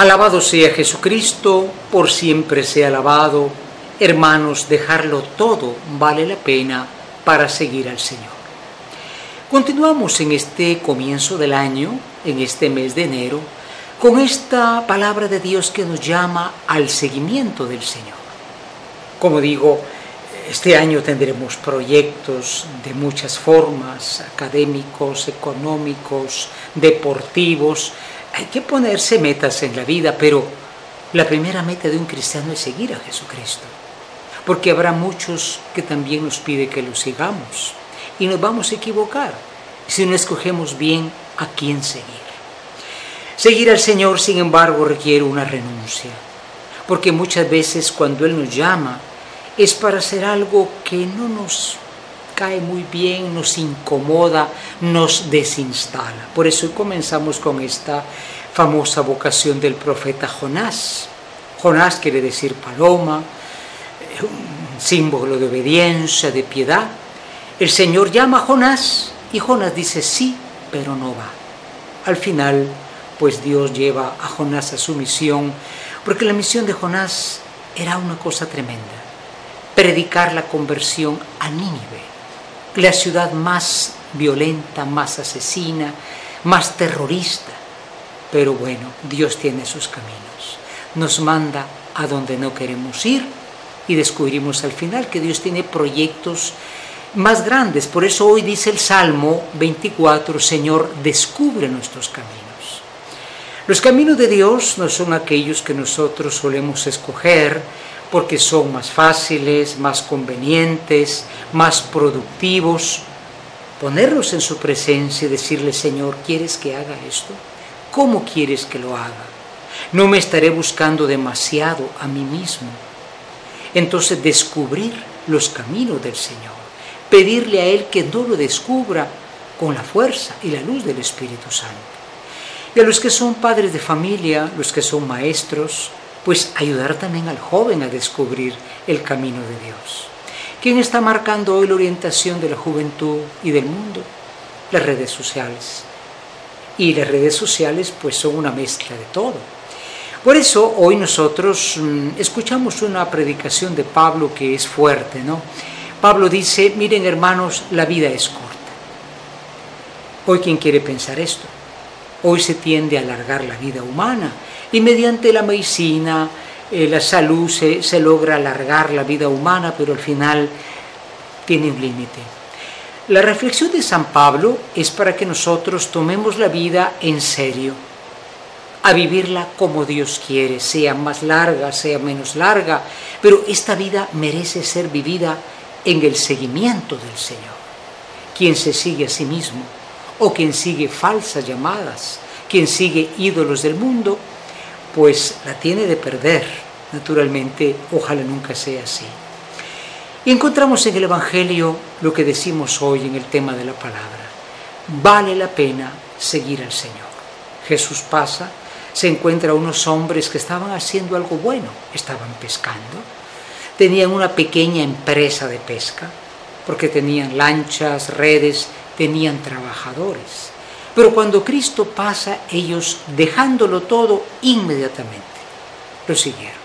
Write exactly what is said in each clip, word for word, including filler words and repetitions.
Alabado sea Jesucristo, por siempre sea alabado. Hermanos, dejarlo todo vale la pena para seguir al Señor. Continuamos en este comienzo del año, en este mes de enero, con esta palabra de Dios que nos llama al seguimiento del Señor. Como digo, este año tendremos proyectos de muchas formas, académicos, económicos, deportivos. Hay que ponerse metas en la vida, pero la primera meta de un cristiano es seguir a Jesucristo, porque habrá muchos que también nos pide que lo sigamos y nos vamos a equivocar si no escogemos bien a quién seguir. Seguir al Señor, sin embargo, requiere una renuncia, porque muchas veces cuando Él nos llama es para hacer algo que no nos cae muy bien, nos incomoda, nos desinstala. Por eso hoy comenzamos con esta famosa vocación del profeta Jonás. Jonás quiere decir paloma, un símbolo de obediencia, de piedad. El Señor llama a Jonás y Jonás dice sí, pero no va. Al final, pues Dios lleva a Jonás a su misión, porque la misión de Jonás era una cosa tremenda: predicar la conversión a Nínive, la ciudad más violenta, más asesina, más terrorista. Pero bueno, Dios tiene sus caminos, nos manda a donde no queremos ir y descubrimos al final que Dios tiene proyectos más grandes. Por eso hoy dice el Salmo veinticuatro, Señor, descubre nuestros caminos. Los caminos de Dios no son aquellos que nosotros solemos escoger porque son más fáciles, más convenientes, más productivos. Ponerlos en su presencia y decirle, Señor, ¿quieres que haga esto? ¿Cómo quieres que lo haga? No me estaré buscando demasiado a mí mismo. Entonces descubrir los caminos del Señor, pedirle a Él que no lo descubra con la fuerza y la luz del Espíritu Santo. Y a los que son padres de familia, los que son maestros, pues ayudar también al joven a descubrir el camino de Dios. ¿Quién está marcando hoy la orientación de la juventud y del mundo? Las redes sociales. Y las redes sociales pues son una mezcla de todo. Por eso hoy nosotros mmm, escuchamos una predicación de Pablo que es fuerte, ¿no? Pablo dice, miren hermanos, la vida es corta. Hoy, ¿quién quiere pensar esto? Hoy se tiende a alargar la vida humana y mediante la medicina, eh, la salud, se, se logra alargar la vida humana, pero al final tiene un límite. La reflexión de San Pablo es para que nosotros tomemos la vida en serio, a vivirla como Dios quiere, sea más larga, sea menos larga, pero esta vida merece ser vivida en el seguimiento del Señor. Quien se sigue a sí mismo, o quien sigue falsas llamadas, quien sigue ídolos del mundo, pues la tiene de perder. Naturalmente, ojalá nunca sea así. Y encontramos en el Evangelio lo que decimos hoy en el tema de la palabra. Vale la pena seguir al Señor. Jesús pasa, se encuentra a unos hombres que estaban haciendo algo bueno, estaban pescando, tenían una pequeña empresa de pesca, porque tenían lanchas, redes, tenían trabajadores. Pero cuando Cristo pasa, ellos, dejándolo todo, inmediatamente lo siguieron.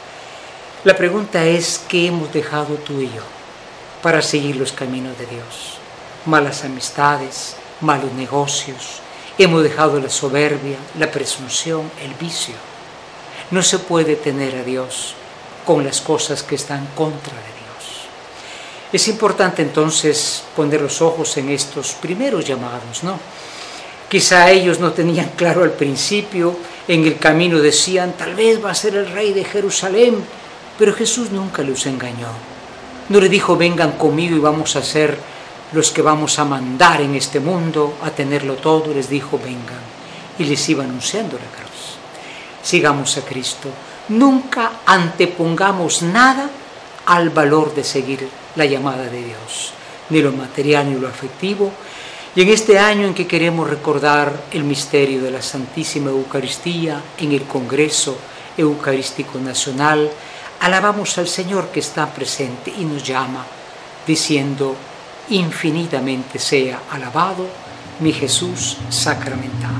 La pregunta es, ¿qué hemos dejado tú y yo para seguir los caminos de Dios? Malas amistades, malos negocios, hemos dejado la soberbia, la presunción, el vicio. No se puede tener a Dios con las cosas que están contra de Dios. Es importante entonces poner los ojos en estos primeros llamados, ¿no? Quizá ellos no tenían claro al principio, en el camino decían, tal vez va a ser el rey de Jerusalén, pero Jesús nunca los engañó. No le dijo, vengan conmigo y vamos a ser los que vamos a mandar en este mundo, a tenerlo todo. Les dijo, vengan, y les iba anunciando la cruz. Sigamos a Cristo. Nunca antepongamos nada al valor de seguir la llamada de Dios, ni lo material ni lo afectivo. Y en este año en que queremos recordar el misterio de la Santísima Eucaristía en el Congreso Eucarístico Nacional, alabamos al Señor que está presente y nos llama, diciendo, infinitamente sea alabado mi Jesús sacramentado.